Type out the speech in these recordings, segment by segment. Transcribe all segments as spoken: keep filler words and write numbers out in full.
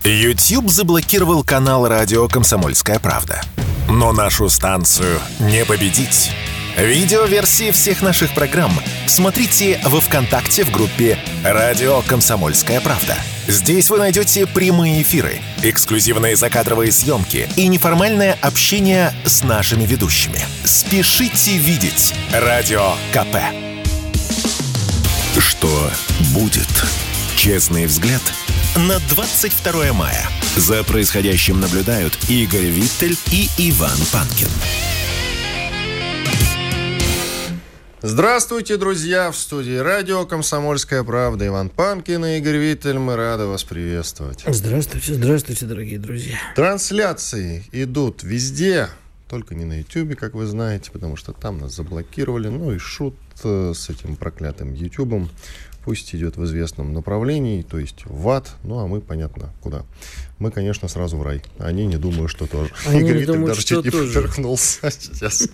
YouTube заблокировал канал радио «Комсомольская правда». Но нашу станцию не победить. Видеоверсии всех наших программ смотрите во ВКонтакте в группе «Радио Комсомольская правда». Здесь вы найдете прямые эфиры, эксклюзивные закадровые съемки и неформальное общение с нашими ведущими. Спешите видеть Радио КП. Что будет? Честный взгляд на двадцать второе мая. За происходящим наблюдают Игорь Виттель и Иван Панкин. Здравствуйте, друзья! В студии радио «Комсомольская правда» Иван Панкин и Игорь Виттель. Мы рады вас приветствовать. Здравствуйте, здравствуйте, дорогие друзья. Трансляции идут везде, только не на Ютьюбе, как вы знаете, потому что там нас заблокировали. Ну и шут с этим проклятым Ютьюбом. Пусть идет в известном направлении, то есть в ад, ну а мы, понятно, куда. Мы, конечно, сразу в рай. Они не думают, что тоже. Они Игорь не думают, даже что чуть тоже. не поперхнулся сейчас.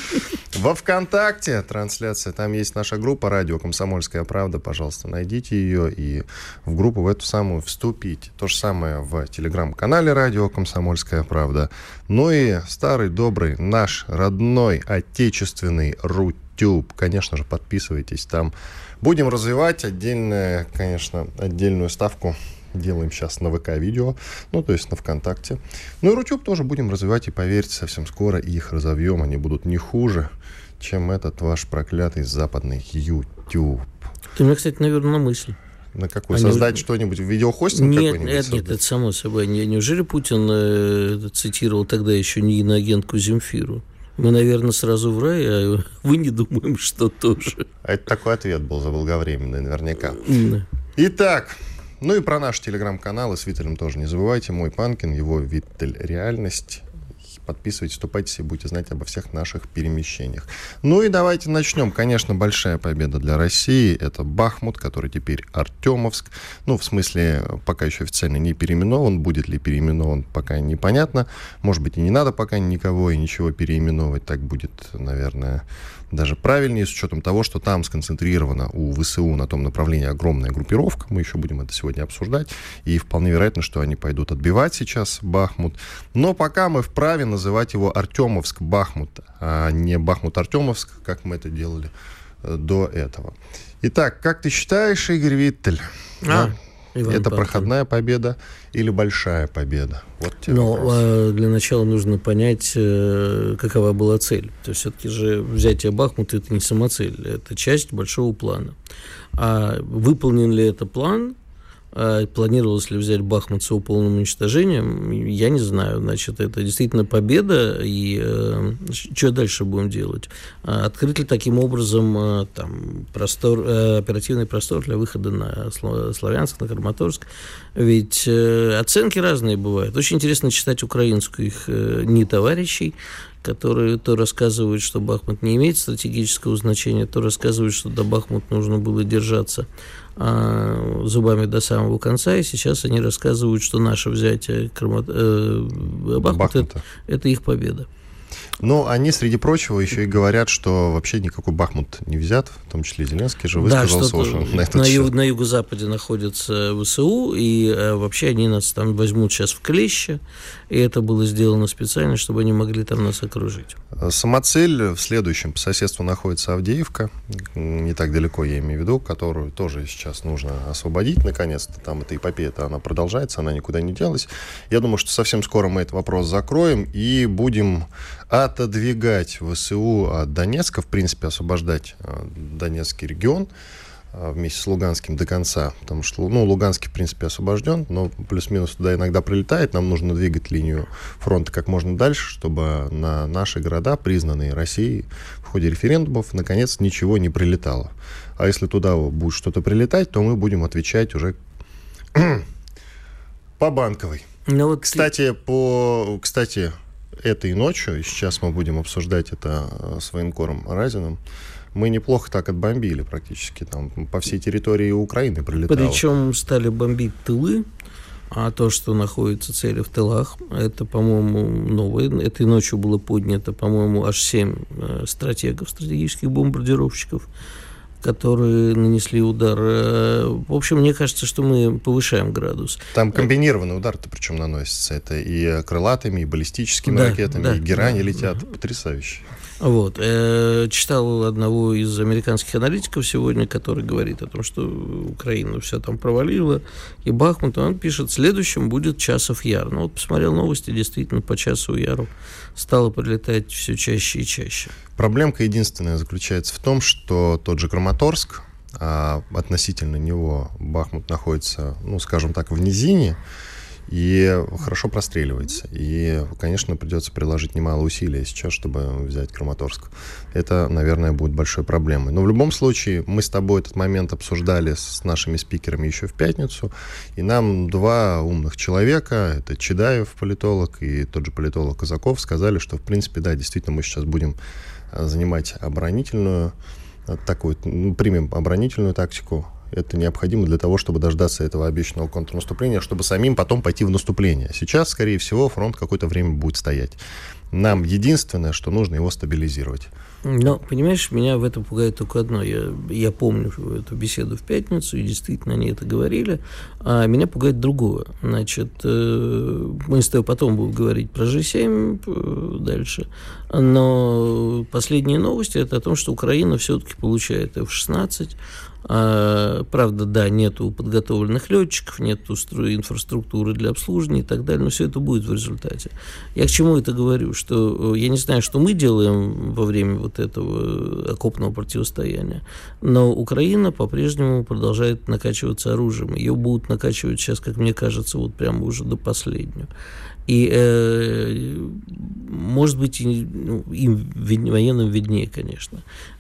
Во ВКонтакте трансляция, там есть наша группа «Радио Комсомольская правда», пожалуйста, найдите ее и в группу в эту самую вступите. То же самое в телеграм-канале «Радио Комсомольская правда». Ну и старый, добрый, наш родной, отечественный Рутюб. Конечно же, подписывайтесь там. Будем развивать отдельную, конечно, отдельную ставку. Делаем сейчас на ВК-видео, ну, то есть на ВКонтакте. Ну и Рутюб тоже будем развивать, и поверьте, совсем скоро их разовьем. Они будут не хуже, чем этот ваш проклятый западный Ютюб. Ты меня, кстати, наверное, на мысль. На какой? Они... Создать что-нибудь, видеохостинг нет, какой-нибудь? Нет, нет, это само собой. Неужели Путин э, цитировал тогда еще не иноагентку Земфиру? Мы, наверное, сразу в рай, а вы не думаем, что тоже. А это такой ответ был заблаговременный, наверняка. Да. Итак, ну и про наш телеграм-канал с Виттелем тоже не забывайте. Мой Панкин, его Виттель реальность. Подписывайтесь, вступайте, и будете знать обо всех наших перемещениях. Ну и давайте начнем. Конечно, большая победа для России. Это Бахмут, который теперь Артемовск. Ну, в смысле, пока еще официально не переименован. Будет ли переименован, пока непонятно. Может быть, и не надо пока никого и ничего переименовывать. Так будет, наверное, даже правильнее, с учетом того, что там сконцентрирована у ВСУ на том направлении огромная группировка. Мы еще будем это сегодня обсуждать. И вполне вероятно, что они пойдут отбивать сейчас Бахмут. Но пока мы вправе называть его Артемовск-Бахмут, а не Бахмут-Артемовск, как мы это делали до этого. Итак, как ты считаешь, Игорь Виттель, А, да? Иван Это Панкин. Проходная победа или большая победа? Вот тебе Но вопрос. а, для начала нужно понять, э, какова была цель. То есть все-таки же взятие Бахмута — это не самоцель, это часть большого плана. А выполнен ли это план? Планировалось ли взять Бахмут с его полным уничтожением, я не знаю. Значит, это действительно победа, и э, что дальше будем делать? Открыть ли таким образом э, там, простор, э, оперативный простор для выхода на Славянск, на Краматорск? Ведь э, оценки разные бывают. Очень интересно читать украинскую их э, не товарищей, которые то рассказывают, что Бахмут не имеет стратегического значения, то рассказывают, что до Бахмута нужно было держаться а, зубами до самого конца, и сейчас они рассказывают, что наше взятие Крама... э, Бахмута, это, это их победа. Но они, среди прочего, еще и говорят, что вообще никакой Бахмут не взят, в том числе Зеленский же высказался да, уже на этот на, счет. ю- на юго-западе находится ВСУ, и а, вообще они нас там возьмут сейчас в клещи, и это было сделано специально, чтобы они могли там нас окружить. Самоцель в следующем. По соседству находится Авдеевка, не так далеко, я имею в виду, которую тоже сейчас нужно освободить, наконец-то. Там эта эпопея-то, она продолжается, она никуда не делась. Я думаю, что совсем скоро мы этот вопрос закроем и будем отодвигать ВСУ от Донецка, в принципе, освобождать Донецкий регион вместе с Луганским до конца, потому что, ну, Луганский, в принципе, освобожден, но плюс-минус туда иногда прилетает, нам нужно двигать линию фронта как можно дальше, чтобы на наши города, признанные Россией в ходе референдумов, наконец, ничего не прилетало. А если туда будет что-то прилетать, то мы будем отвечать уже по Банковой. Ну, вот Кстати, по... Кстати, этой ночью, и сейчас мы будем обсуждать это с военкором Разиным, мы неплохо так отбомбили практически. Там по всей территории Украины прилетало. Причем стали бомбить тылы, а то, что находятся цели в тылах, это, по-моему, новое. Этой ночью было поднято, по-моему, аж семь стратегов, стратегических бомбардировщиков, которые нанесли удар. В общем, мне кажется, что мы повышаем градус. Там комбинированный удар-то причем наносится. Это и крылатыми, и баллистическими да, ракетами, да, и герани да, летят. да. Потрясающе. Вот. Я читал одного из американских аналитиков сегодня, который говорит о том, что Украина все там провалила, и Бахмут, он пишет, следующим будет Часов Яр. Ну вот посмотрел новости, действительно, по Часову Яру стало прилетать все чаще и чаще. Проблемка единственная заключается в том, что тот же Краматорск, а относительно него Бахмут находится, ну, скажем так, в низине, и хорошо простреливается. И, конечно, придется приложить немало усилий сейчас, чтобы взять Краматорск. Это, наверное, будет большой проблемой. Но в любом случае, мы с тобой этот момент обсуждали с нашими спикерами еще в пятницу, и нам два умных человека, это Чедаев, политолог, и тот же политолог Казаков, сказали, что, в принципе, да, действительно, мы сейчас будем занимать оборонительную, такую, ну, примем оборонительную тактику. Это необходимо для того, чтобы дождаться этого обещанного контрнаступления, чтобы самим потом пойти в наступление. Сейчас, скорее всего, фронт какое-то время будет стоять. Нам единственное, что нужно его стабилизировать. Но, понимаешь, меня в этом пугает только одно. Я, я помню эту беседу в пятницу, и действительно они это говорили. А меня пугает другое. Значит, мы с тобой потом будем говорить про Же семь дальше. Но последние новости — это о том, что Украина все-таки получает эф шестнадцать. А, правда, да, нету подготовленных летчиков, нету инфраструктуры для обслуживания и так далее, но все это будет в результате. Я к чему это говорю? Что я не знаю, что мы делаем во время вот этого окопного противостояния, но Украина по-прежнему продолжает накачиваться оружием. Ее будут накачивать сейчас, как мне кажется, вот прямо уже до последнего. И, э, может быть, и, ну, им военным виднее, конечно,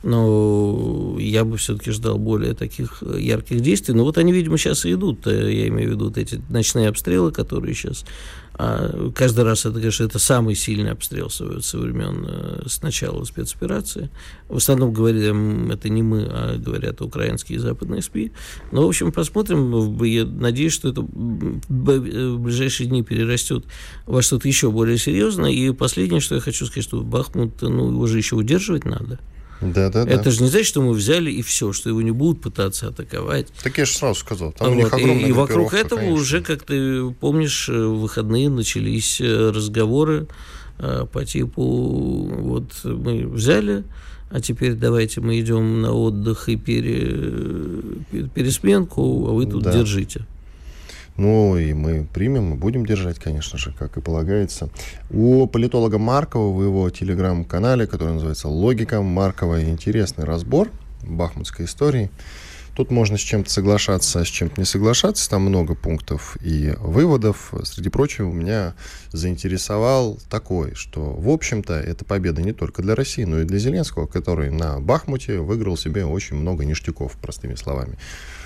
но я бы все-таки ждал более таких ярких действий. Но вот они, видимо, сейчас и идут. Я имею в виду вот эти ночные обстрелы, которые сейчас... А каждый раз это, конечно, это самый сильный обстрел со времен с начала спецоперации. В основном говорим, это не мы, а говорят украинские и западные СМИ. Но, в общем, посмотрим. Я надеюсь, что это в ближайшие дни перерастет во что-то еще более серьезное. И последнее, что я хочу сказать, что Бахмут, ну, его же еще удерживать надо. Да, да, это да. же не значит, что мы взяли и все, что его не будут пытаться атаковать. Так я же сразу сказал. Там вот. у них огромная и, и вокруг этого конечно. уже, как ты помнишь, в выходные начались разговоры э, по типу, вот мы взяли, а теперь давайте мы идем на отдых и пере, пересменку, а вы тут да. держите. Ну, и мы примем, и будем держать, конечно же, как и полагается. У политолога Маркова в его телеграм-канале, который называется «Логика Маркова», интересный разбор бахмутской истории. Тут можно с чем-то соглашаться, а с чем-то не соглашаться. Там много пунктов и выводов. Среди прочего, меня заинтересовал такой, что, в общем-то, это победа не только для России, но и для Зеленского, который на Бахмуте выиграл себе очень много ништяков, простыми словами.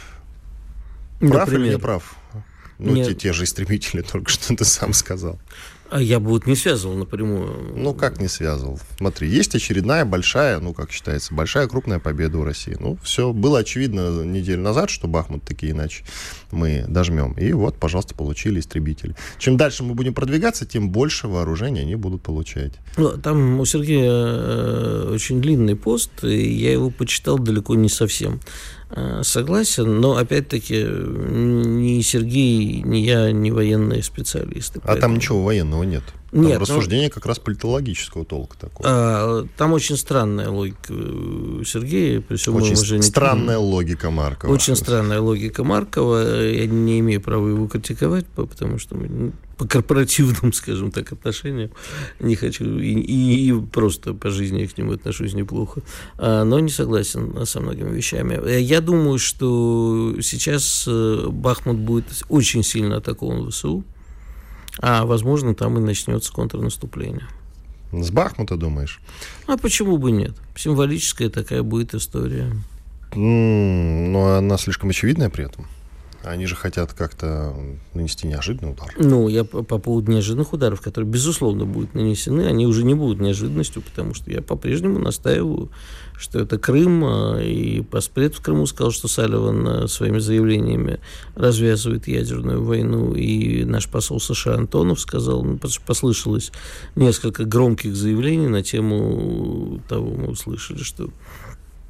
Прав Например? или не прав? Ну, Нет. те, те же истребители, только что ты сам сказал. А я бы вот не связывал напрямую. Ну, как не связывал? Смотри, есть очередная большая, ну, как считается, большая крупная победа у России. Ну, все, было очевидно неделю назад, что Бахмут таки иначе мы дожмем. И вот, пожалуйста, получили истребители. Чем дальше мы будем продвигаться, тем больше вооружения они будут получать. Ну, там у Сергея э, очень длинный пост, и я его почитал далеко не совсем. Согласен, но опять-таки ни Сергей, ни я, ни военные специалисты. А поэтому... там ничего военного нет. Там Нет, рассуждение ну, как раз политологического толка такого. А, там очень странная логика у Сергея, при всем Очень уважении. странная логика Маркова. Очень странная логика Маркова. Я не имею права его критиковать, потому что мы по корпоративным, скажем так, отношениям не хочу, и, и, и просто по жизни я к нему отношусь неплохо, а, но не согласен со многими вещами. Я думаю, что сейчас Бахмут будет очень сильно атакован ВСУ, а, возможно, там и начнется контрнаступление. С Бахмута, думаешь? А почему бы нет? Символическая такая будет история. Mm, но она слишком очевидная при этом. Они же хотят как-то нанести неожиданный удар. Ну, я по, по поводу неожиданных ударов, которые, безусловно, будут нанесены, они уже не будут неожиданностью, потому что я по-прежнему настаиваю, что это Крым, и Поспред в Крыму сказал, что Салливан своими заявлениями развязывает ядерную войну, и наш посол США Антонов сказал, ну, послышалось несколько громких заявлений на тему того, мы услышали, что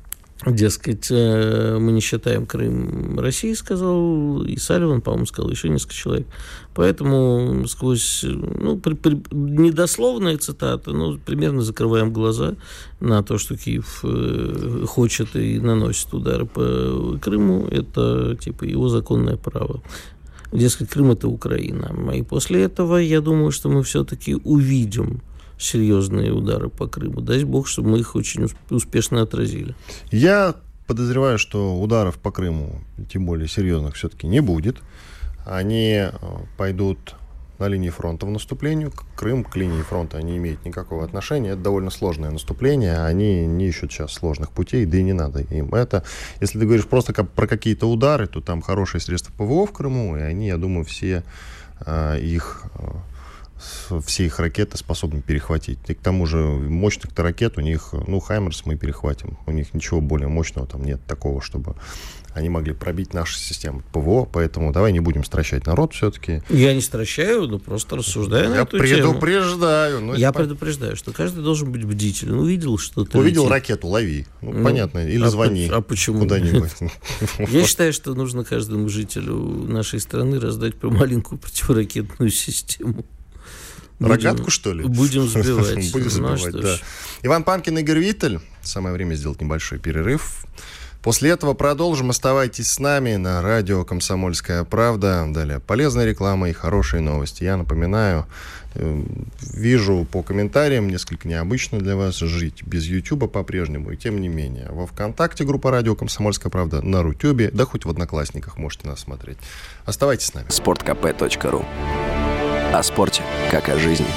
Дескать, мы не считаем Крым Россией, сказал и Салливан, по-моему, сказал еще несколько человек. Поэтому сквозь, ну, при, при, недословная цитата, но примерно закрываем глаза на то, что Киев хочет и наносит удары по Крыму. Это, типа, его законное право. Дескать, Крым – это Украина. И после этого, я думаю, что мы все-таки увидим серьезные удары по Крыму. Дай бог, чтобы мы их очень успешно отразили. Я подозреваю, что ударов по Крыму, тем более серьезных, все-таки не будет. Они пойдут на линии фронта в наступлению. Крым к линии фронта не имеет никакого отношения. Это довольно сложное наступление. Они не ищут сейчас сложных путей, да и не надо им это. Если ты говоришь просто про какие-то удары, то там хорошие средства ПВО в Крыму, и они, я думаю, все э, их... все их ракеты способны перехватить. И к тому же мощных-то ракет у них, ну, Хаймерс мы перехватим. У них ничего более мощного там нет такого, чтобы они могли пробить нашу систему ПВО. Поэтому давай не будем стращать народ все-таки. Я не стращаю, но просто рассуждаю на эту тему. Я предупреждаю. Ну, Я предупреждаю, что каждый должен быть бдителен. Увидел что-то. Увидел летит. Ракету, лови. Ну, ну понятно. Или а звони. По- а почему? Куда-нибудь. Я считаю, что нужно каждому жителю нашей страны раздать маленькую противоракетную систему. Будем, Рогатку, что ли? Будем сбивать. Будем сбивать, ну, да. Иван Панкин, Игорь Виттель. Самое время сделать небольшой перерыв. После этого продолжим. Оставайтесь с нами на радио «Комсомольская правда». Далее полезная реклама и хорошие новости. Я напоминаю, вижу по комментариям, несколько необычно для вас жить без Ютуба по-прежнему. И тем не менее, во ВКонтакте группа радио «Комсомольская правда», на Рутюбе, да хоть в Одноклассниках можете нас смотреть. Оставайтесь с нами. спорт кэ пэ точка ру. О спорте, как о жизни.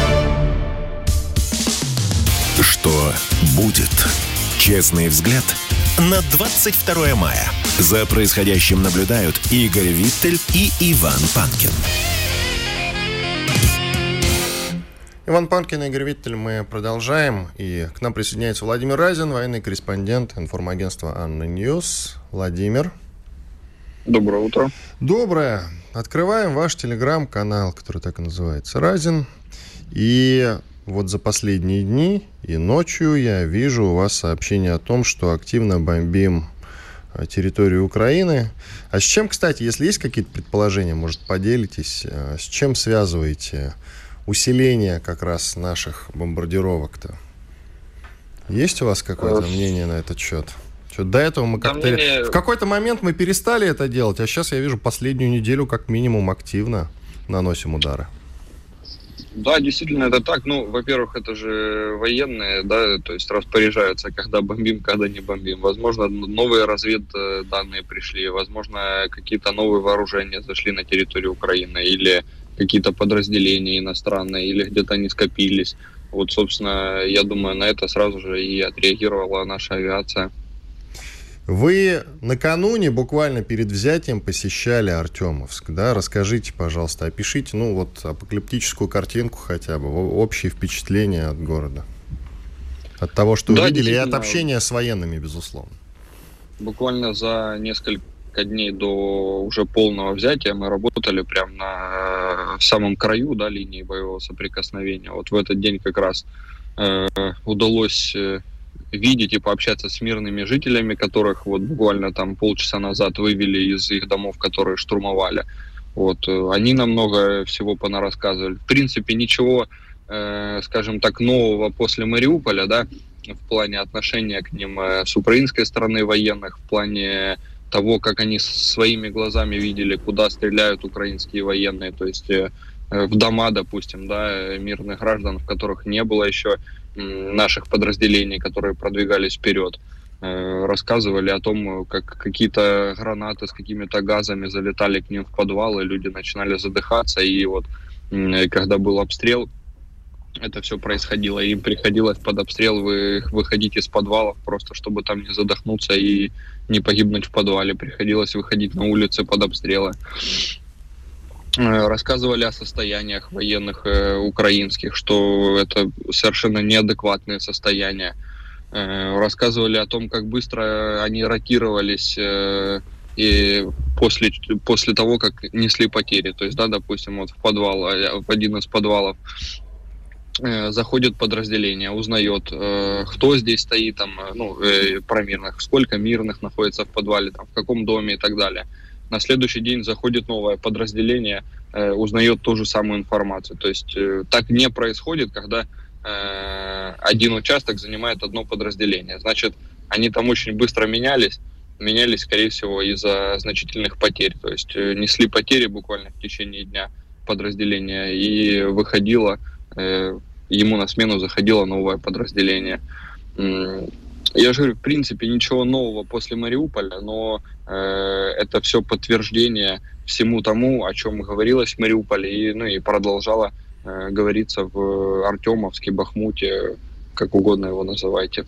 Что будет? Честный взгляд на двадцать второе мая. За происходящим наблюдают Игорь Виттель и Иван Панкин. Иван Панкин и Игорь Виттель, мы продолжаем. И к нам присоединяется Владимир Разин, военный корреспондент информагентства «Анна Ньюс». Владимир. Доброе утро. Доброе. Открываем ваш телеграм-канал, который так и называется «Разин». И вот за последние дни и ночью я вижу у вас сообщение о том, что активно бомбим территорию Украины. А с чем, кстати, если есть какие-то предположения, может, поделитесь, с чем связываете усиление как раз наших бомбардировок-то? Есть у вас какое-то мнение на этот счет? Что, до этого мы как-то... Мнение... В какой-то момент мы перестали это делать, а сейчас я вижу последнюю неделю как минимум активно наносим удары. Да, действительно, это так. Ну, во-первых, это же военные, да, то есть распоряжаются, когда бомбим, когда не бомбим. Возможно, новые разведданные пришли, возможно, какие-то новые вооружения зашли на территорию Украины, или какие-то подразделения иностранные, или где-то они скопились. Вот, собственно, я думаю, на это сразу же и отреагировала наша авиация. Вы накануне, буквально перед взятием, посещали Артемовск, да? Расскажите, пожалуйста, опишите, ну, вот, апокалиптическую картинку хотя бы, общее впечатление от города. От того, что да, увидели, и от общения с военными, безусловно. Буквально за несколько дней до уже полного взятия мы работали прямо на самом краю, да, линии боевого соприкосновения. Вот в этот день как раз э, удалось... Э, видеть и пообщаться с мирными жителями, которых вот буквально там полчаса назад вывели из их домов, которые штурмовали. Вот. Они нам много всего понарассказывали. В принципе, ничего, э, скажем так, нового после Мариуполя, да, в плане отношения к ним э, с украинской стороны военных, в плане того, как они своими глазами видели, куда стреляют украинские военные, то есть э, в дома, допустим, да, мирных граждан, в которых не было еще наших подразделений, которые продвигались вперед, рассказывали о том, как какие-то гранаты с какими-то газами залетали к ним в подвал, и люди начинали задыхаться, и вот когда был обстрел, это все происходило, им приходилось под обстрел выходить из подвалов, просто чтобы там не задохнуться и не погибнуть в подвале, приходилось выходить на улицы под обстрелы. Рассказывали о состояниях военных э, украинских, что это совершенно неадекватные состояния. Э, рассказывали о том, как быстро они ротировались э, и после, после того, как несли потери. То есть, да, допустим, вот в подвал, в один из подвалов э, заходит подразделение, узнает, э, кто здесь стоит, там, ну, э, про мирных, сколько мирных находится в подвале, там, в каком доме и так далее. На следующий день заходит новое подразделение, э, узнает ту же самую информацию. То есть э, так не происходит, когда э, один участок занимает одно подразделение. Значит, они там очень быстро менялись, менялись, скорее всего, из-за значительных потерь. То есть э, несли потери буквально в течение дня подразделения, и выходило, э, ему на смену заходило новое подразделение. Я же говорю, в принципе, ничего нового после Мариуполя, но э, это все подтверждение всему тому, о чем говорилось в Мариуполе, и, ну, и продолжало э, говориться в Артемовске, Бахмуте, как угодно его называйте.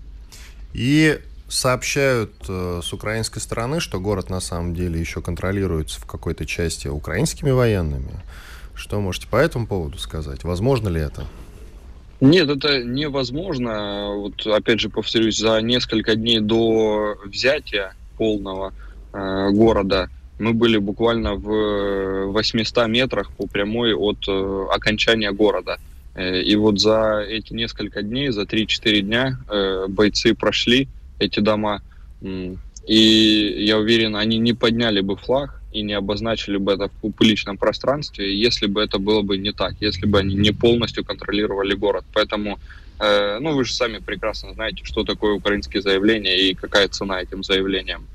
И сообщают э, с украинской стороны, что город на самом деле еще контролируется в какой-то части украинскими военными. Что можете по этому поводу сказать? Возможно ли это? Нет, это невозможно. Вот, опять же, повторюсь, за несколько дней до взятия полного э, города мы были буквально в восьмистах метрах по прямой от э, окончания города. Э, и вот за эти несколько дней, за три-четыре дня э, бойцы прошли эти дома. И я уверен, они не подняли бы флаг и не обозначили бы это в публичном пространстве, если бы это было бы не так, если бы они не полностью контролировали город. Поэтому, э, ну, вы же сами прекрасно знаете, что такое украинские заявления и какая цена этим заявлениям.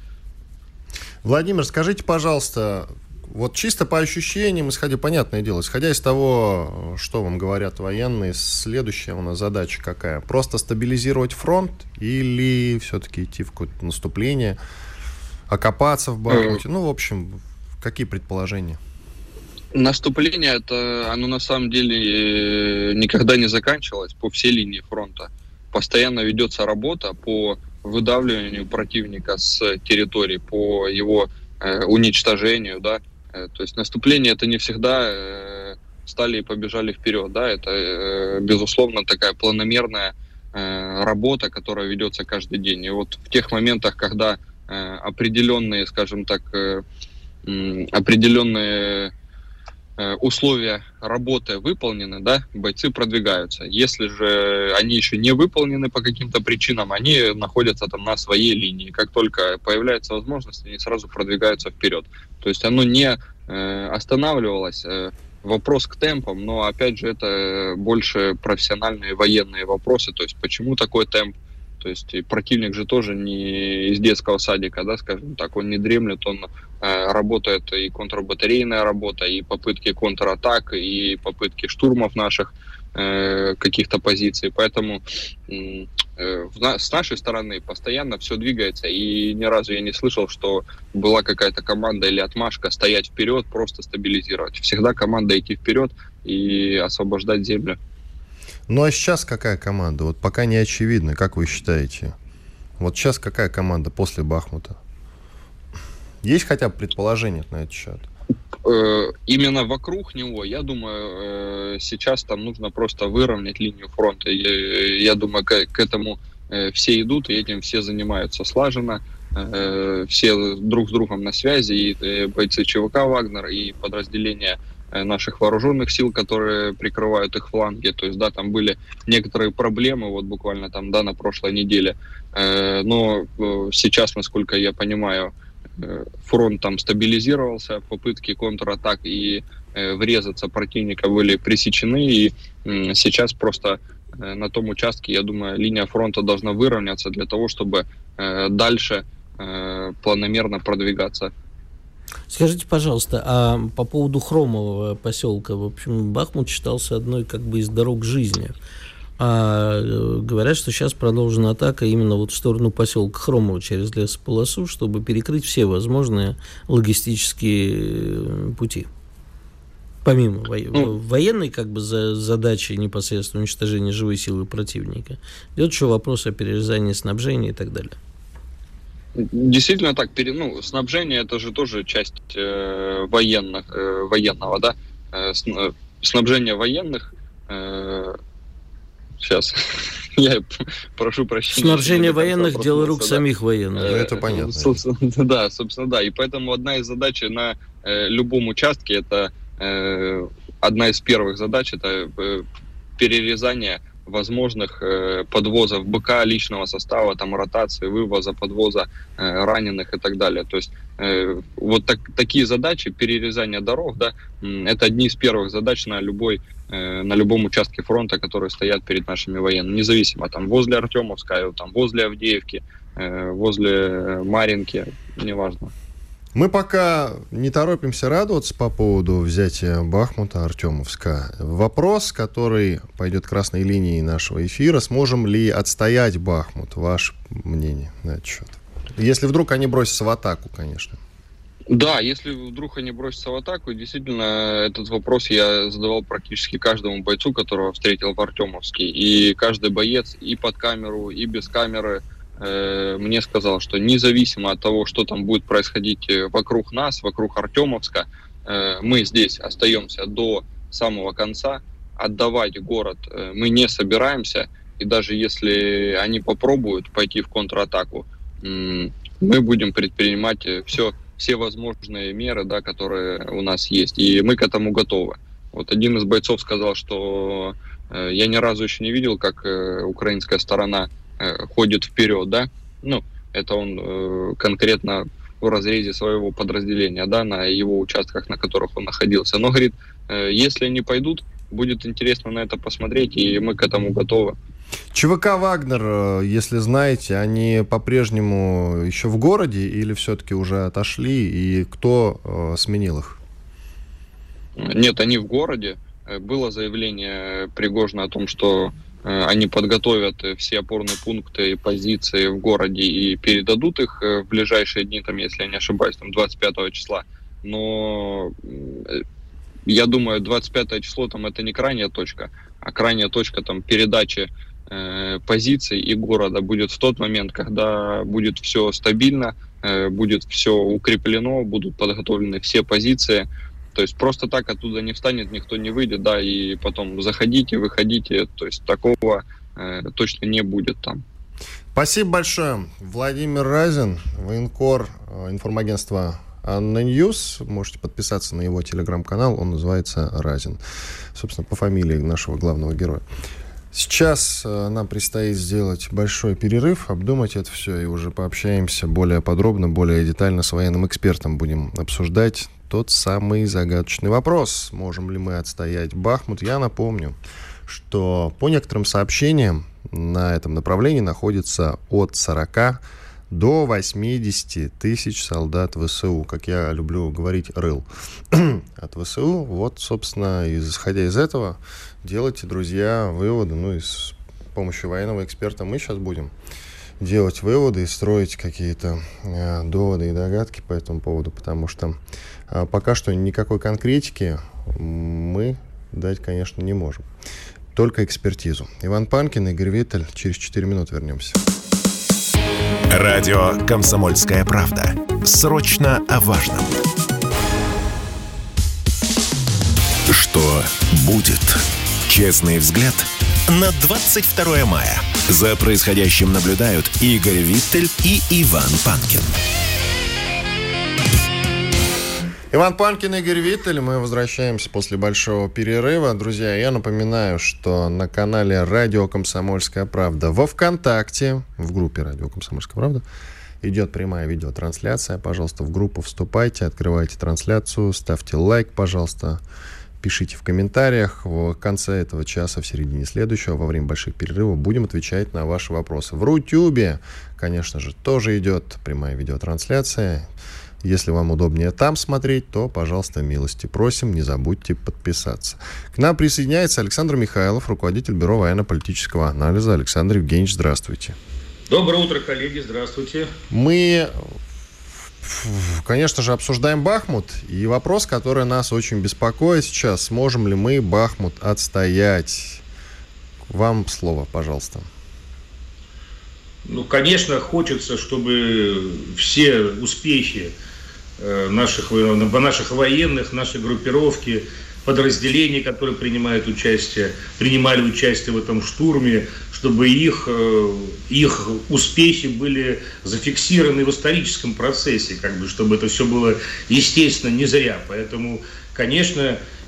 Владимир, скажите, пожалуйста, вот чисто по ощущениям, исходя, понятное дело, исходя из того, что вам говорят военные, следующая у нас задача какая? Просто стабилизировать фронт или все-таки идти в какое-то наступление, окопаться в Бахмуте? Ну, в общем, какие предположения? Наступление, это, оно на самом деле никогда не заканчивалось по всей линии фронта. Постоянно ведется работа по выдавливанию противника с территории, по его э, уничтожению, да. То есть наступление — это не всегда э, стали и побежали вперед, да, это, э, безусловно, такая планомерная э, работа, которая ведется каждый день. И вот в тех моментах, когда э, определенные, скажем так, э, э, определенные э, условия работы выполнены, да, бойцы продвигаются. Если же они еще не выполнены по каким-то причинам, они находятся там на своей линии. Как только появляется возможность, они сразу продвигаются вперед. То есть оно не э, останавливалось. Э, вопрос к темпам, но опять же это больше профессиональные военные вопросы. То есть почему такой темп? То есть и противник же тоже не из детского садика, да, скажем так, он не дремлет, он э, работает, и контрбатарейная работа, и попытки контратак, и попытки штурмов наших э, каких-то позиций. Поэтому э, в, с нашей стороны постоянно все двигается, и ни разу я не слышал, что была какая-то команда или отмашка стоять вперед, просто стабилизировать. Всегда команда идти вперед и освобождать землю. Ну а сейчас какая команда? Вот пока не очевидно, как вы считаете? Вот сейчас какая команда после Бахмута? Есть хотя бы предположение на этот счет? Именно вокруг него, я думаю, сейчас там нужно просто выровнять линию фронта. Я, я думаю, к, к этому все идут, и этим все занимаются слаженно. Все друг с другом на связи, и бойцы ЧВК «Вагнер», и подразделения наших вооруженных сил, которые прикрывают их фланги. То есть, да, там были некоторые проблемы, вот буквально там, да, на прошлой неделе. Но сейчас, насколько я понимаю, фронт там стабилизировался, попытки контратак и врезаться противника были пресечены, и сейчас просто на том участке, я думаю, линия фронта должна выровняться для того, чтобы дальше планомерно продвигаться. Скажите, пожалуйста, а по поводу Хромового поселка, в общем, Бахмут считался одной как бы из дорог жизни. А говорят, что сейчас продолжена атака именно вот в сторону поселка Хромово через лесополосу, чтобы перекрыть все возможные логистические пути. Помимо во- ну, военной как бы за- задачи непосредственно уничтожения живой силы противника, идет еще вопрос о перерезании снабжения и так далее. Действительно так, ну, снабжение — это же тоже часть э, военных, э, военного, да, э, снабжение военных, э, сейчас, я прошу прощения. Снабжение военных — дело рук да. самих военных. Э, это понятно. Собственно, да, собственно, да, и поэтому одна из задач на э, любом участке, это э, одна из первых задач, это э, перерезания возможных э, подвозов БК, личного состава, там, ротации, вывоза, подвоза э, раненых и так далее. То есть э, вот так, такие задачи, перерезания дорог, да, э, это одни из первых задач на любой, э, на любом участке фронта, которые стоят перед нашими военными, независимо, там, возле Артемовска, там, возле Авдеевки, э, возле Марьинки, неважно. Мы пока не торопимся радоваться по поводу взятия Бахмута, Артемовска. Вопрос, который пойдет красной линией нашего эфира: сможем ли отстоять Бахмут? Ваше мнение на этот счет? Если вдруг они бросятся в атаку, конечно. Да, если вдруг они бросятся в атаку, действительно, этот вопрос я задавал практически каждому бойцу, которого встретил в Артемовске. И каждый боец и под камеру, и без камеры мне сказал, что независимо от того, что там будет происходить вокруг нас, вокруг Артемовска, мы здесь остаемся до самого конца. Отдавать город мы не собираемся. И даже если они попробуют пойти в контратаку, мы будем предпринимать все, все возможные меры, да, которые у нас есть. И мы к этому готовы. Вот один из бойцов сказал, что я ни разу еще не видел, как украинская сторона ходит вперед, да, ну, это он э, конкретно в разрезе своего подразделения, да, на его участках, на которых он находился. Но, говорит, э, если они пойдут, будет интересно на это посмотреть, и мы к этому готовы. ЧВК «Вагнер», если знаете, они по-прежнему еще в городе или все-таки уже отошли, и кто э, сменил их? Нет, они в городе. Было заявление Пригожина о том, что они подготовят все опорные пункты и позиции в городе и передадут их в ближайшие дни, там, если я не ошибаюсь, там, двадцать пятого числа. Но я думаю, двадцать пятое число там это не крайняя точка, а крайняя точка там передачи э, позиций и города будет в тот момент, когда будет все стабильно, э, будет все укреплено, будут подготовлены все позиции. То есть просто так оттуда не встанет, никто не выйдет, да, и потом заходите, выходите, то есть такого э, точно не будет там. Спасибо большое. Владимир Разин, военкор, информагентства Анна Ньюс. Можете подписаться на его телеграм-канал, он называется Разин. Собственно, по фамилии нашего главного героя. Сейчас э, нам предстоит сделать большой перерыв, обдумать это все, и уже пообщаемся более подробно, более детально с военным экспертом. Будем обсуждать тот самый загадочный вопрос: можем ли мы отстоять Бахмут. Я напомню, что по некоторым сообщениям на этом направлении находится от сорока до восьмидесяти тысяч солдат ВСУ. Как я люблю говорить, рыл от ВСУ. Вот, собственно, исходя из этого, делайте, друзья, выводы. Ну и с помощью военного эксперта мы сейчас будем делать выводы и строить какие-то э, доводы и догадки по этому поводу, потому что э, пока что никакой конкретики мы дать, конечно, не можем. Только экспертизу. Иван Панкин, Игорь Виттель. Через четыре минуты вернемся. Радио «Комсомольская правда». Срочно о важном. Что будет? Честный взгляд на двадцать второе мая. За происходящим наблюдают Игорь Виттель и Иван Панкин. Иван Панкин, Игорь Виттель. Мы возвращаемся после большого перерыва. Друзья, я напоминаю, что на канале «Радио Комсомольская правда» во ВКонтакте, в группе «Радио Комсомольская правда», идет прямая видеотрансляция. Пожалуйста, в группу вступайте, открывайте трансляцию, ставьте лайк, пожалуйста. Пишите в комментариях. В конце этого часа, в середине следующего, во время больших перерывов, будем отвечать на ваши вопросы. В Рутюбе, конечно же, тоже идет прямая видеотрансляция. Если вам удобнее там смотреть, то, пожалуйста, милости просим, не забудьте подписаться. К нам присоединяется Александр Михайлов, руководитель Бюро военно-политического анализа. Александр Евгеньевич, здравствуйте. Доброе утро, коллеги, здравствуйте. Мы, конечно же, обсуждаем Бахмут. И вопрос, который нас очень беспокоит сейчас: сможем ли мы Бахмут отстоять? Вам слово, пожалуйста. Ну, конечно, хочется, чтобы все успехи наших, наших военных, нашей группировки, подразделений, которые принимают участие, принимали участие в этом штурме, чтобы их, их успехи были зафиксированы в историческом процессе, как бы, чтобы это все было, естественно, не зря. Поэтому, конечно,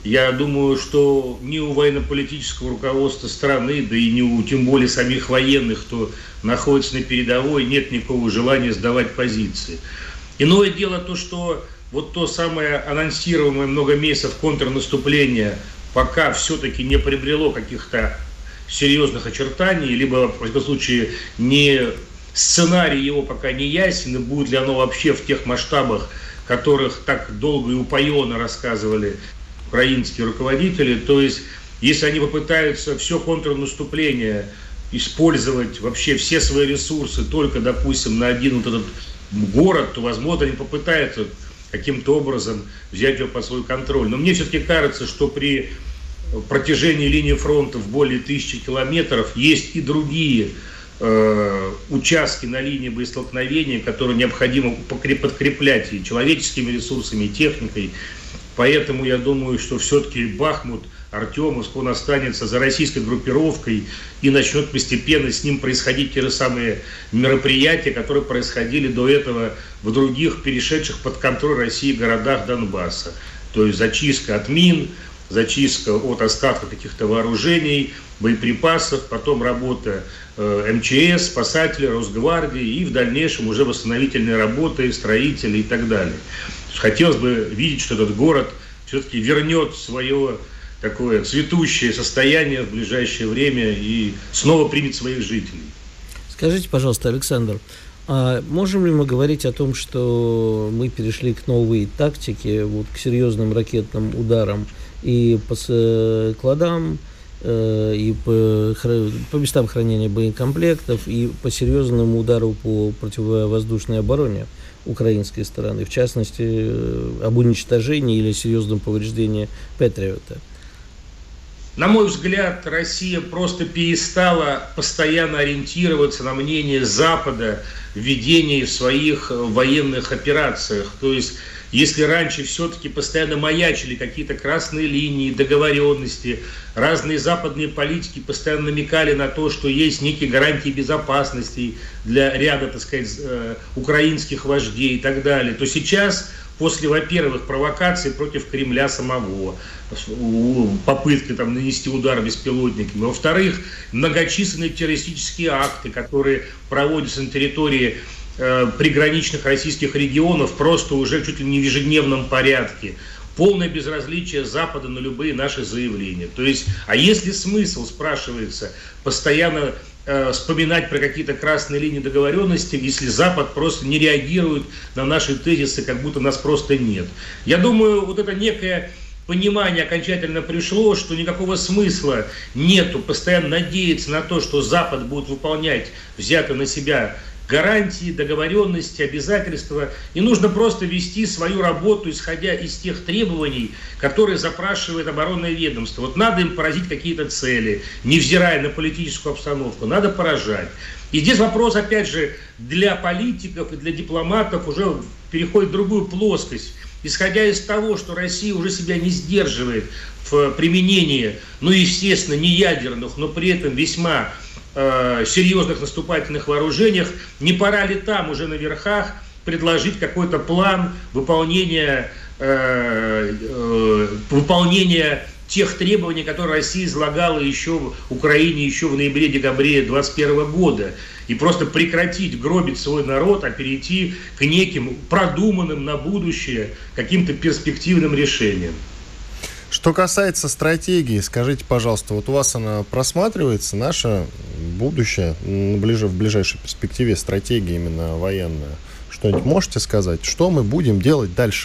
Я думаю, что ни у военно-политического руководства страны, да и ни у, тем более, самих военных, кто находится на передовой, нет никакого желания сдавать позиции. Иное дело то, что вот то самое анонсируемое много месяцев контрнаступление пока все-таки не приобрело каких-то серьезных очертаний, либо, в любом случае, не, сценарий его пока не ясен, и будет ли оно вообще в тех масштабах, которых так долго и упоенно рассказывали украинские руководители. То есть, если они попытаются все контрнаступление использовать, вообще все свои ресурсы только, допустим, на один вот этот город, то, возможно, они попытаются каким-то образом взять его под свой контроль. Но мне все-таки кажется, что при протяжении линии фронта в более тысячи километров есть и другие э, участки на линии боестолкновения, которые необходимо подкреплять и человеческими ресурсами, и техникой. Поэтому я думаю, что все-таки Бахмут, Артемовск, он останется за российской группировкой и начнет постепенно с ним происходить те же самые мероприятия, которые происходили до этого в других перешедших под контроль России городах Донбасса. То есть зачистка от мин, зачистка от остатков каких-то вооружений, боеприпасов, потом работа э, эм че эс, спасателей, Росгвардии и в дальнейшем уже восстановительные работы, строители и так далее. Хотелось бы видеть, что этот город все-таки вернет свое такое цветущее состояние в ближайшее время и снова примет своих жителей. Скажите, пожалуйста, Александр, а можем ли мы говорить о том, что мы перешли к новой тактике, вот, к серьезным ракетным ударам и по складам, э, и по, по местам хранения боекомплектов, и по серьезному удару по противовоздушной обороне украинской стороны, в частности, об уничтожении или серьезном повреждении Патриота? На мой взгляд, Россия просто перестала постоянно ориентироваться на мнение Запада в ведении своих военных операциях. То есть, если раньше все-таки постоянно маячили какие-то красные линии, договоренности, разные западные политики постоянно намекали на то, что есть некие гарантии безопасности для ряда, так сказать, украинских вождей и так далее, то сейчас, после, во-первых, провокаций против Кремля самого, попытки там нанести удар беспилотниками, во-вторых, многочисленные террористические акты, которые проводятся на территории э, приграничных российских регионов просто уже чуть ли не в ежедневном порядке, полное безразличие Запада на любые наши заявления. То есть, а есть ли смысл, спрашивается, постоянно э, вспоминать про какие-то красные линии договоренности, если Запад просто не реагирует на наши тезисы, как будто нас просто нет? Я думаю, вот это некое понимание окончательно пришло, что никакого смысла нету постоянно надеяться на то, что Запад будет выполнять взятые на себя гарантии, договоренности, обязательства. И нужно просто вести свою работу, исходя из тех требований, которые запрашивает оборонное ведомство. Вот надо им поразить какие-то цели, невзирая на политическую обстановку, надо поражать. И здесь вопрос, опять же, для политиков и для дипломатов уже переходит в другую плоскость. Исходя из того, что Россия уже себя не сдерживает в применении, ну, естественно, не ядерных, но при этом весьма э, серьезных наступательных вооружениях, не пора ли там уже на верхах предложить какой-то план выполнения, э, э, выполнения тех требований, которые Россия излагала еще в Украине еще в ноябре-декабре две тысячи двадцать первого года, и просто прекратить гробить свой народ, а перейти к неким продуманным на будущее каким-то перспективным решениям. Что касается стратегии, скажите, пожалуйста, вот у вас она просматривается, наше будущее, в ближайшей перспективе стратегия именно военная? Что-нибудь можете сказать? Что мы будем делать дальше?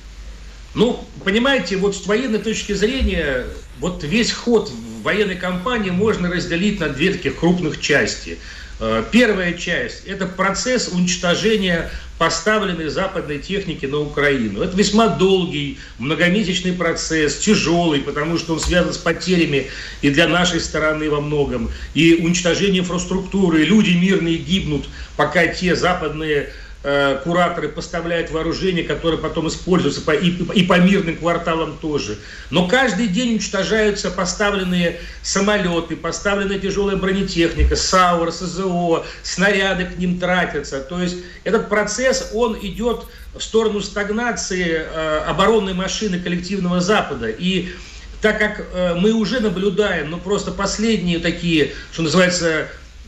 Ну, понимаете, вот с военной точки зрения, вот весь ход военной кампании можно разделить на две таких крупных части. Первая часть – это процесс уничтожения поставленной западной техники на Украину. Это весьма долгий, многомесячный процесс, тяжелый, потому что он связан с потерями и для нашей стороны во многом, и уничтожение инфраструктуры. Люди мирные гибнут, пока те западные э, кураторы поставляют вооружение, которое потом используется по, и, и по мирным кварталам тоже. Но каждый день уничтожаются поставленные самолеты, поставленная тяжелая бронетехника, САУР, СЗО, снаряды к ним тратятся. То есть этот процесс, он идет в сторону стагнации э, оборонной машины коллективного Запада. И так как э, мы уже наблюдаем, ну просто последние такие, что называется,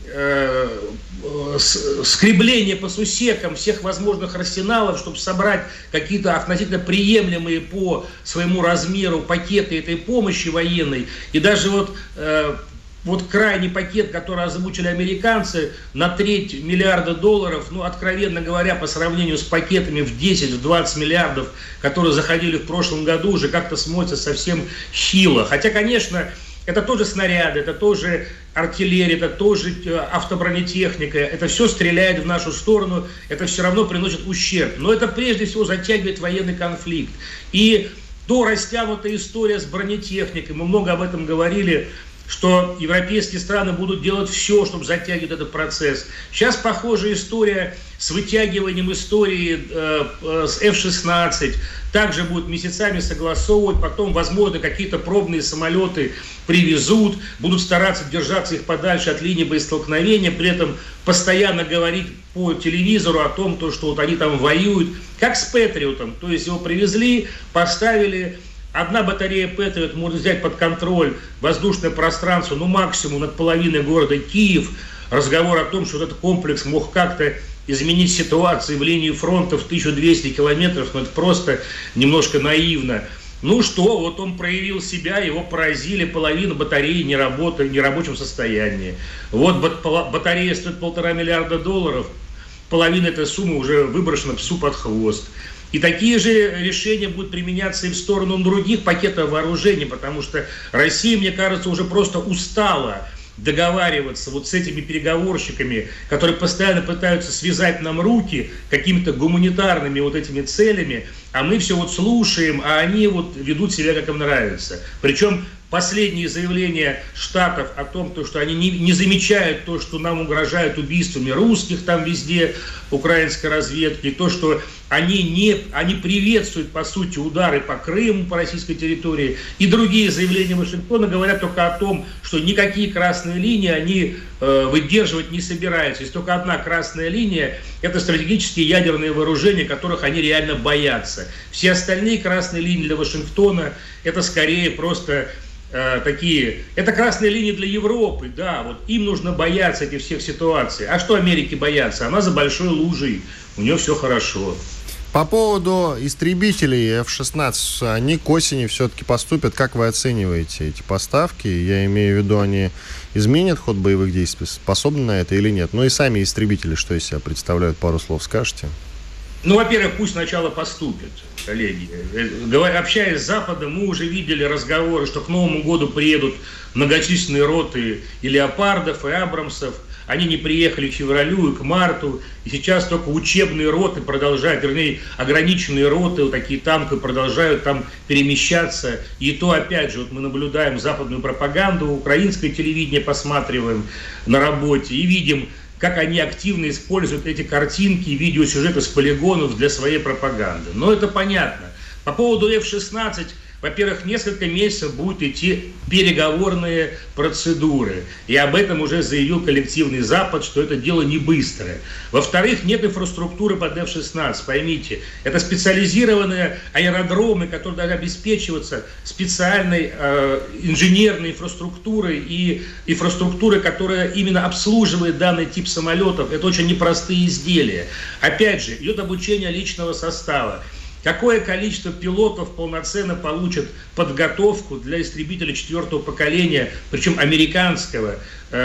э, э, скребление по сусекам всех возможных арсеналов, чтобы собрать какие-то относительно приемлемые по своему размеру пакеты этой помощи военной. И даже вот, э, вот крайний пакет, который озвучили американцы, на треть миллиарда долларов, ну, откровенно говоря, по сравнению с пакетами в десять-двадцать миллиардов, которые заходили в прошлом году, уже как-то смотрится совсем хило. Хотя, конечно, это тоже снаряды, это тоже артиллерия, это тоже автобронетехника, это все стреляет в нашу сторону, это все равно приносит ущерб. Но это прежде всего затягивает военный конфликт. И то растянутая история с бронетехникой, мы много об этом говорили, что европейские страны будут делать все, чтобы затягивать этот процесс. Сейчас похожая история с вытягиванием истории э, э, с эф шестнадцать. Также будут месяцами согласовывать, потом, возможно, какие-то пробные самолеты привезут, будут стараться держаться их подальше от линии боестолкновения, при этом постоянно говорить по телевизору о том, то, что вот они там воюют, как с Патриотом. То есть его привезли, поставили. Одна батарея Патриот может взять под контроль воздушное пространство, ну максимум над половиной города Киев. Разговор о том, что вот этот комплекс мог как-то изменить ситуацию в линии фронта в тысячу двести километров, но это просто немножко наивно. Ну что, вот он проявил себя, его поразили, половина батареи не работает, в нерабочем состоянии. Вот батарея стоит полтора миллиарда долларов, половина этой суммы уже выброшена псу под хвост. И такие же решения будут применяться и в сторону других пакетов вооружений, потому что Россия, мне кажется, уже просто устала договариваться вот с этими переговорщиками, которые постоянно пытаются связать нам руки какими-то гуманитарными вот этими целями, а мы все вот слушаем, а они вот ведут себя, как им нравится. Причем последние заявления Штатов о том, что они не, не замечают то, что нам угрожают убийствами русских там везде, украинской разведки, то, что они, не, они приветствуют, по сути, удары по Крыму, по российской территории, и другие заявления Вашингтона говорят только о том, что никакие красные линии они э, выдерживать не собираются. Есть только одна красная линия – это стратегические ядерные вооружения, которых они реально боятся. Все остальные красные линии для Вашингтона – это скорее просто э, такие… Это красные линии для Европы, да, вот им нужно бояться этих всех ситуаций. А что Америке бояться? Она за большой лужей, у нее все хорошо. По поводу истребителей эф шестнадцать, они к осени все-таки поступят. Как вы оцениваете эти поставки? Я имею в виду, они изменят ход боевых действий, способны на это или нет? Ну и сами истребители, что из себя представляют, пару слов скажете? Ну, во-первых, пусть сначала поступят, коллеги. Общаясь с Западом, мы уже видели разговоры, что к Новому году приедут многочисленные роты и леопардов, и абрамсов. Они не приехали к февралю и к марту, и сейчас только учебные роты продолжают, вернее, ограниченные роты, вот такие танки продолжают там перемещаться. И то, опять же, вот мы наблюдаем западную пропаганду, украинское телевидение посматриваем на работе и видим, как они активно используют эти картинки и видеосюжеты с полигонов для своей пропаганды. Но это понятно. По поводу эф шестнадцать, во-первых, несколько месяцев будут идти переговорные процедуры. И об этом уже заявил коллективный Запад, что это дело не быстрое. Во-вторых, нет инфраструктуры под эф шестнадцать. Поймите, это специализированные аэродромы, которые должны обеспечиваться специальной э, инженерной инфраструктурой и инфраструктурой, которая именно обслуживает данный тип самолетов. Это очень непростые изделия. Опять же, идет обучение личного состава. Какое количество пилотов полноценно получат подготовку для истребителя четвертого поколения, причем американского?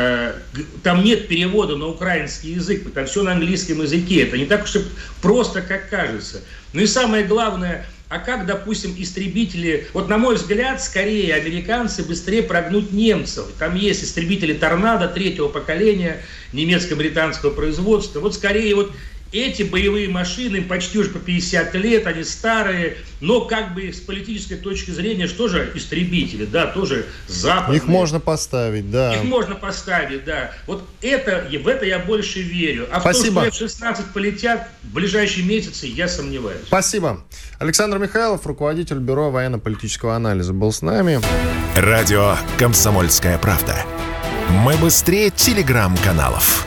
Там нет перевода на украинский язык, там все на английском языке. Это не так уж и просто, как кажется. Ну и самое главное, а как, допустим, истребители... Вот, на мой взгляд, скорее американцы быстрее прогнут немцев. Там есть истребители «Торнадо» третьего поколения немецко-британского производства. Вот скорее вот эти боевые машины, им почти уже по пятьдесят лет, они старые, но как бы с политической точки зрения, что же истребители, да, тоже западные. Их можно поставить, да. Их можно поставить, да. Вот это, в это я больше верю. А Спасибо. в том, что эф шестнадцать полетят в ближайшие месяцы, я сомневаюсь. Спасибо. Александр Михайлов, руководитель Бюро военно-политического анализа, был с нами. Радио «Комсомольская правда». Мы быстрее телеграм-каналов.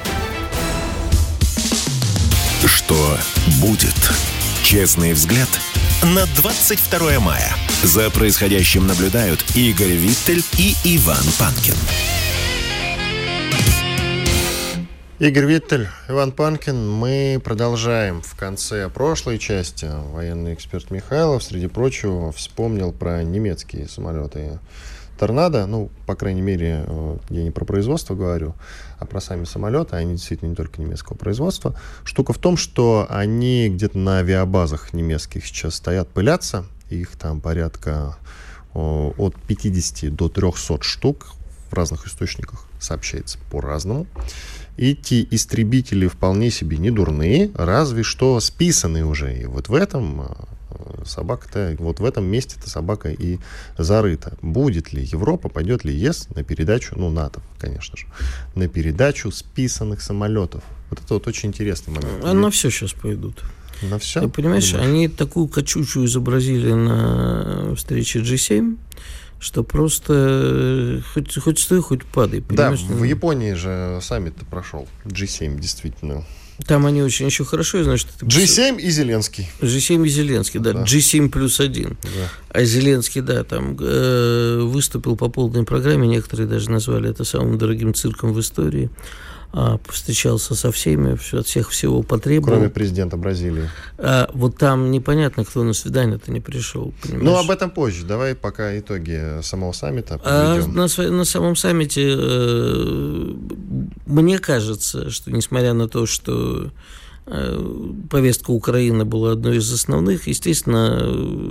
Что будет? Честный взгляд на двадцать второе мая. За происходящим наблюдают Игорь Виттель и Иван Панкин. Игорь Виттель, Иван Панкин. Мы продолжаем. В конце прошлой части военный эксперт Михайлов, среди прочего, вспомнил про немецкие самолеты «Торнадо». Ну, по крайней мере, я не про производство говорю, а про сами самолеты. Они действительно не только немецкого производства. Штука в том, что они где-то на авиабазах немецких сейчас стоят, пылятся. Их там порядка от пятидесяти до трехсот штук. В разных источниках сообщается по-разному. Эти истребители вполне себе не дурные, разве что списаны уже. И вот в этом собака-то, вот в этом месте-то собака и зарыта. Будет ли Европа, пойдет ли ЕС на передачу, ну, НАТО, конечно же, на передачу списанных самолетов? Вот это вот очень интересный момент. А на все сейчас пойдут. На все? Ты понимаешь, Думаешь? они такую качучу изобразили на встрече джи семь, что просто хоть, хоть стой, хоть падай. Да, в Японии же саммит прошел. джи семь, действительно. Там они очень еще хорошо, значит... джи семь и Зеленский. джи семь и Зеленский, да. Да. джи семь плюс один. Да. А Зеленский, да, там э, выступил по полной программе. Некоторые даже назвали это самым дорогим цирком в истории. А, встречался со всеми, все, от всех всего потребовал. Кроме президента Бразилии. А, вот там непонятно, кто на свидание-то не пришел. Понимаешь? Ну, об этом позже. Давай пока итоги самого саммита подведем. А на, на самом саммите э, мне кажется, что несмотря на то, что э, повестка Украины была одной из основных, естественно,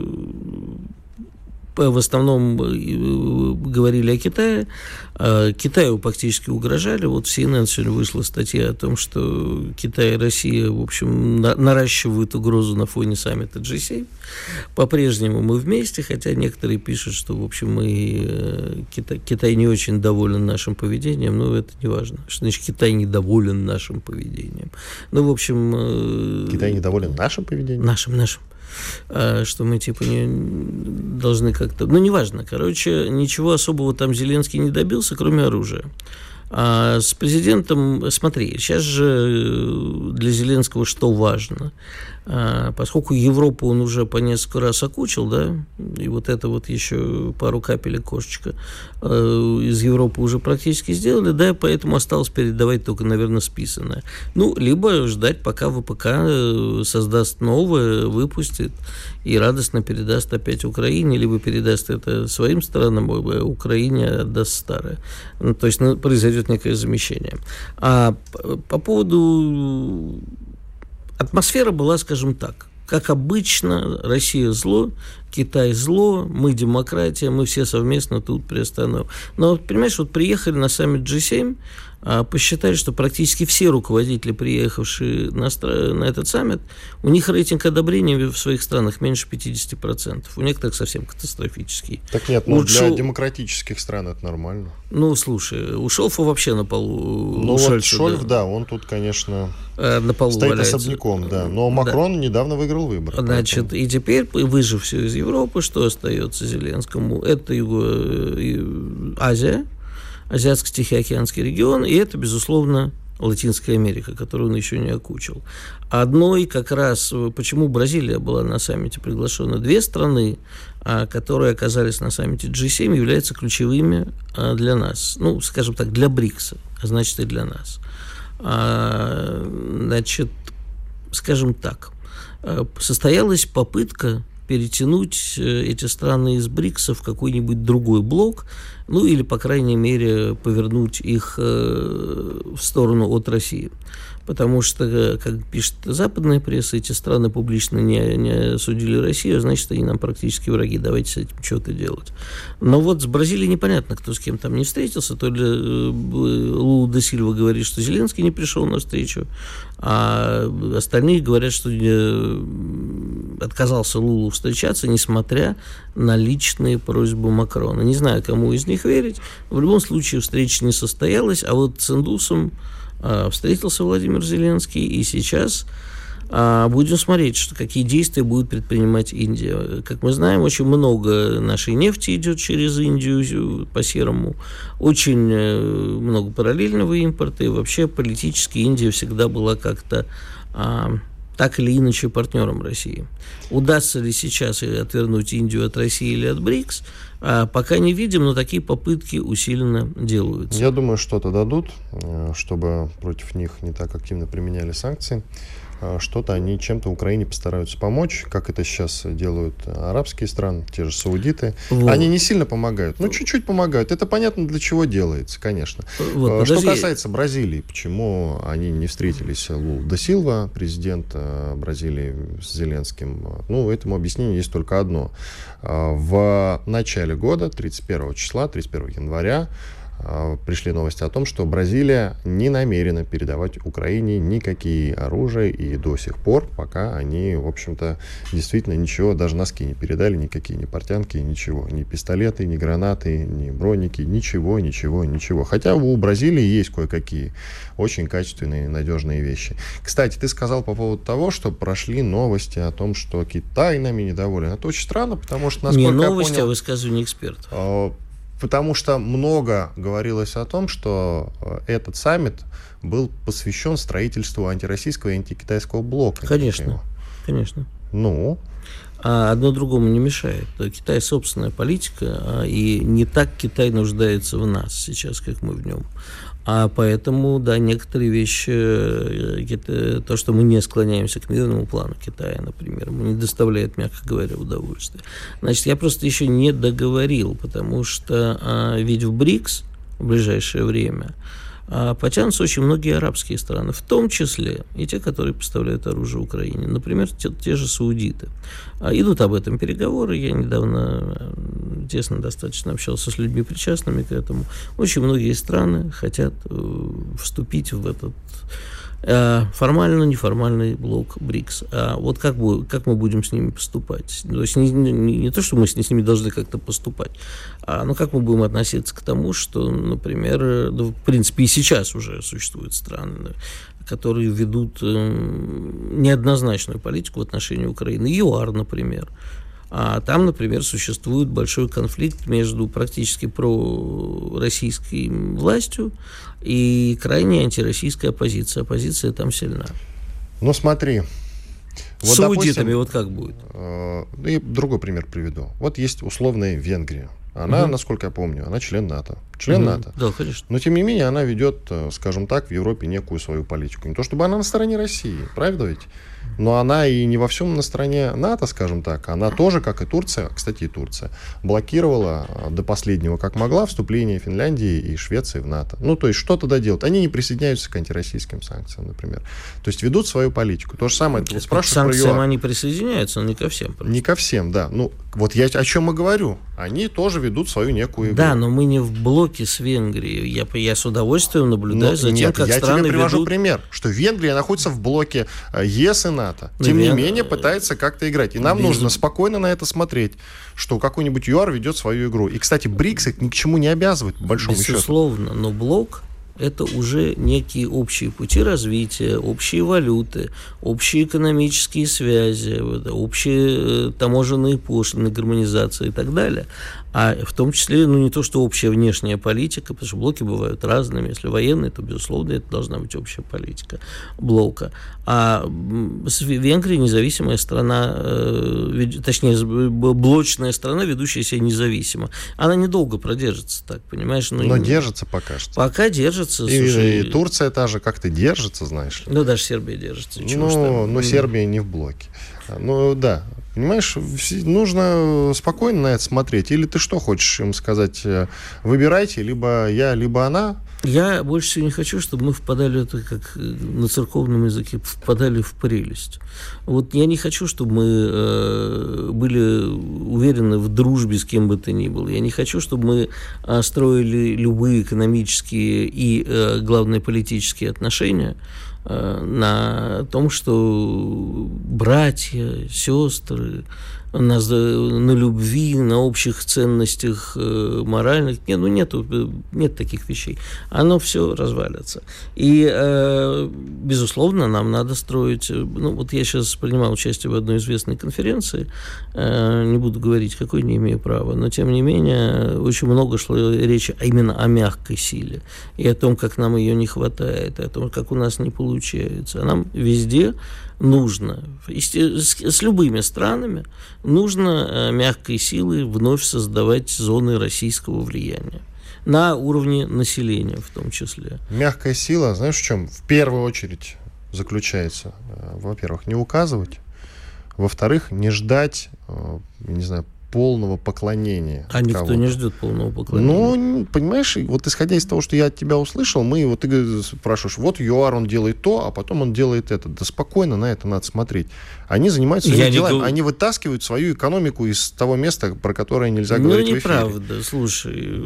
в основном говорили о Китае. Китаю практически угрожали. Вот в си эн эн сегодня вышла статья о том, что Китай и Россия, в общем, на- наращивают угрозу на фоне саммита джи семь. По-прежнему мы вместе, хотя некоторые пишут, что, в общем, мы, Китай, Китай не очень доволен нашим поведением, но это не важно. Что значит Китай недоволен нашим поведением? Ну, в общем... Китай недоволен нашим поведением? Нашим, нашим. Что мы типа не должны как-то... Ну, неважно. Короче, ничего особого там Зеленский не добился, кроме оружия. А с президентом... Смотри, сейчас же для Зеленского что важно? А, поскольку Европу он уже по несколько раз окучил, да, и вот это вот еще пару капелек кошечка а, из Европы уже практически сделали, да, поэтому осталось передавать только, наверное, списанное. Ну, либо ждать, пока ВПК создаст новое, выпустит и радостно передаст опять Украине, либо передаст это своим странам, а Украине отдаст старое. Ну, то есть ну, произойдет некое замещение. А по поводу... Атмосфера была, скажем так, как обычно, Россия зло, Китай зло, мы демократия, мы все совместно тут приостановим. Но, понимаешь, вот приехали на саммит джи семь, а посчитали, что практически все руководители, приехавшие на, стра... на этот саммит, у них рейтинг одобрения в своих странах меньше пятьдесят процентов. У некоторых совсем катастрофический. Так нет, ну вот для Шо... демократических стран это нормально. Ну, слушай, у Шольфа вообще на полу... Ну, у вот Шольца, Шольф, да. да, он тут, конечно, а, на полу стоит валяется. особняком, да. Но Макрон да. недавно выиграл выборы. Значит, поэтому... и теперь, выжив все из Европы, что остается Зеленскому? Это его Азия, Азиатско-Тихоокеанский регион, и это, безусловно, Латинская Америка, которую он еще не окучил. Одной как раз, почему Бразилия была на саммите приглашена, две страны, которые оказались на саммите джи семь, являются ключевыми для нас, ну, скажем так, для БРИКСа, а значит и для нас. Значит, скажем так, состоялась попытка перетянуть эти страны из БРИКСа в какой-нибудь другой блок, ну или, по крайней мере, повернуть их в сторону от России. Потому что, как пишет западная пресса, эти страны публично не, не осудили Россию, значит, они нам практически враги. Давайте с этим что-то делать. Но вот с Бразилией непонятно, кто с кем там не встретился. То ли Лула да Сильва говорит, что Зеленский не пришел на встречу, а остальные говорят, что отказался Лула встречаться, несмотря на личные просьбы Макрона. Не знаю, кому из них верить. В любом случае, встреча не состоялась, а вот с индусом встретился Владимир Зеленский, и сейчас а, будем смотреть, что, какие действия будет предпринимать Индия. Как мы знаем, очень много нашей нефти идет через Индию по серому, очень много параллельного импорта, и вообще политически Индия всегда была как-то а, так или иначе партнером России. Удастся ли сейчас отвернуть Индию от России или от БРИКС, а пока не видим, но такие попытки усиленно делаются. Я думаю, что-то дадут, чтобы против них не так активно применяли санкции. Что-то они чем-то Украине постараются помочь, как это сейчас делают арабские страны, те же саудиты. Вот. Они не сильно помогают, но чуть-чуть помогают. Это понятно, для чего делается, конечно. Вот, что касается Бразилии, почему они не встретились, Лула да Силва, президент Бразилии, с Зеленским, ну, этому объяснение есть только одно. В начале года, тридцать первого числа, тридцать первого января, пришли новости о том, что Бразилия не намерена передавать Украине никакие оружия, и до сих пор, пока они, в общем-то, действительно ничего, даже носки не передали, никакие ни портянки, ничего, ни пистолеты, ни гранаты, ни броники, ничего, ничего, ничего. Хотя у Бразилии есть кое-какие очень качественные, надежные вещи. Кстати, ты сказал по поводу того, что прошли новости о том, что Китай нами недоволен. Это очень странно, потому что, насколько не новости, я понял, а высказывание экспертов. Потому что много говорилось о том, что этот саммит был посвящен строительству антироссийского и антикитайского блока. Конечно, конечно. Ну? А одно другому не мешает. Китай собственная политика, и не так Китай нуждается в нас сейчас, как мы в нем. А поэтому, да, некоторые вещи, то, что мы не склоняемся к мирному плану Китая, например, ему не доставляет, мягко говоря, удовольствия. Значит, я просто еще не договорил, потому что а, ведь в БРИКС в ближайшее время а, потянутся очень многие арабские страны, в том числе и те, которые поставляют оружие Украине. Например, те, те же саудиты. А, идут об этом переговоры. Я недавно тесно достаточно общался с людьми, причастными к этому. Очень многие страны хотят э, вступить в этот э, формально-неформальный блок БРИКС. А вот как, бы, как мы будем с ними поступать? То есть не, не, не то, что мы с, с ними должны как-то поступать, а ну, как мы будем относиться к тому, что, например, ну, в принципе, и сейчас уже существуют страны, которые ведут э, неоднозначную политику в отношении Украины. ЮАР, например. А там, например, существует большой конфликт между практически пророссийской властью и крайне антироссийской оппозицией. Оппозиция там сильна. Ну, смотри. Вот, с саудитами вот как будет? Э, и другой пример приведу. Вот есть условная Венгрия. Она, угу. насколько я помню, она член НАТО. Член угу. НАТО. Да, конечно. Но, тем не менее, она ведет, скажем так, в Европе некую свою политику. Не то, чтобы она на стороне России, правда ведь? Но она и не во всем на стороне НАТО, скажем так. Она тоже, как и Турция, кстати, и Турция, блокировала до последнего, как могла, вступление Финляндии и Швеции в НАТО. Ну, то есть, что тогда делать? Они не присоединяются к антироссийским санкциям, например. То есть, ведут свою политику. То же самое, ты вот спрашиваешь про ЮАР. К санкциям они присоединяются, но не ко всем. Просто. Не ко всем, да. Ну, вот я о чем и говорю. Они тоже ведут свою некую игру. Да, но мы не в блоке с Венгрией. Я, я с удовольствием наблюдаю но, за тем, нет, как я страны тебе привожу ведут... пример, что Венгрия находится в блоке ЕС и НАТО. Тем но не Вен... менее, пытается как-то играть. И нам Без... нужно спокойно на это смотреть, что какой-нибудь ЮАР ведет свою игру. И, кстати, БРИКС их ни к чему не обязывает, по большому Безусловно, счету. Безусловно, но блок... это уже некие общие пути развития, общие валюты, общие экономические связи, общие таможенные пошлины, гармонизация и так далее. А в том числе, ну, не то, что общая внешняя политика, потому что блоки бывают разными. Если военные, то, безусловно, это должна быть общая политика блока. А Венгрия независимая страна, точнее, блочная страна, ведущая себя независимо. Она недолго продержится, так, понимаешь? Но, Но держится пока что. Пока держится. И, слушай, и Турция та же как-то держится, знаешь ли. Ну, даже Сербия держится. Ну, но Сербия не в блоке. Ну, да. Понимаешь, нужно спокойно на это смотреть. Или ты что хочешь им сказать? Выбирайте, либо я, либо она. Я больше всего не хочу, чтобы мы впадали, это как на церковном языке, впадали в прелесть. Вот я не хочу, чтобы мы э, были уверены в дружбе с кем бы то ни было. Я не хочу, чтобы мы э, строили любые экономические и, э, главное, политические отношения э, на том, что братья, сестры, на, на любви, на общих ценностях э, моральных. Нет, ну нету, нет таких вещей. Оно все развалится. И, э, безусловно, нам надо строить... Ну, вот я сейчас принимал участие в одной известной конференции, э, не буду говорить, какой, не имею права, но, тем не менее, очень много шло речи именно о мягкой силе, и о том, как нам ее не хватает, и о том, как у нас не получается. А нам везде нужно, с, с любыми странами, нужно мягкой силой вновь создавать зоны российского влияния. На уровне населения в том числе. Мягкая сила, знаешь, в чем? В первую очередь заключается. Во-первых, не указывать. Во-вторых, не ждать, не знаю, полного поклонения. А никто кого-то. Не ждет полного поклонения. Ну, понимаешь, вот исходя из того, что я от тебя услышал, мы вот ты спрашиваешь, вот ЮАР, он делает то, а потом он делает это. Да спокойно на это надо смотреть. Они занимаются своими делами, не... они вытаскивают свою экономику из того места, про которое нельзя ну, говорить в эфире. Ну, неправда, слушай.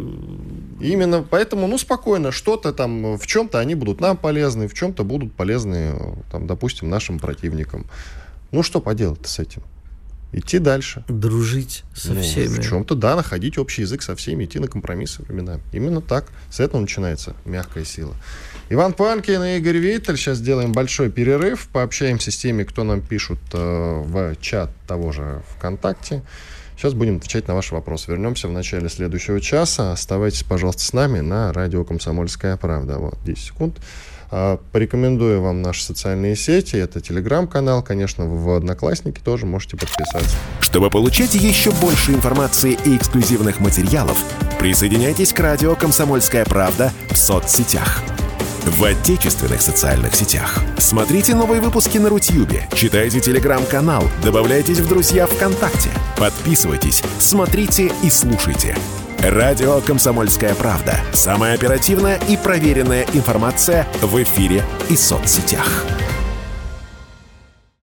Именно поэтому, ну, спокойно, что-то там, в чем-то они будут нам полезны, в чем-то будут полезны, там, допустим, нашим противникам. Ну, что поделать с этим? Идти дальше. Дружить со ну, всеми. В чем-то, да, находить общий язык со всеми, идти на компромиссы временами. Именно так. С этого начинается мягкая сила. Иван Панкин и Игорь Виттель. Сейчас сделаем большой перерыв. Пообщаемся с теми, кто нам пишут э, в чат того же ВКонтакте. Сейчас будем отвечать на ваши вопросы. Вернемся в начале следующего часа. Оставайтесь, пожалуйста, с нами на радио «Комсомольская правда». Вот, десять секунд. Порекомендую вам наши социальные сети. Это телеграм-канал, конечно, в Одноклассники тоже можете подписаться. Чтобы получать еще больше информации и эксклюзивных материалов, присоединяйтесь к радио «Комсомольская правда» в соцсетях. В отечественных социальных сетях. Смотрите новые выпуски на Рутьюбе, читайте телеграм-канал, добавляйтесь в друзья ВКонтакте, подписывайтесь, смотрите и слушайте. Радио «Комсомольская правда». Самая оперативная и проверенная информация в эфире и соцсетях.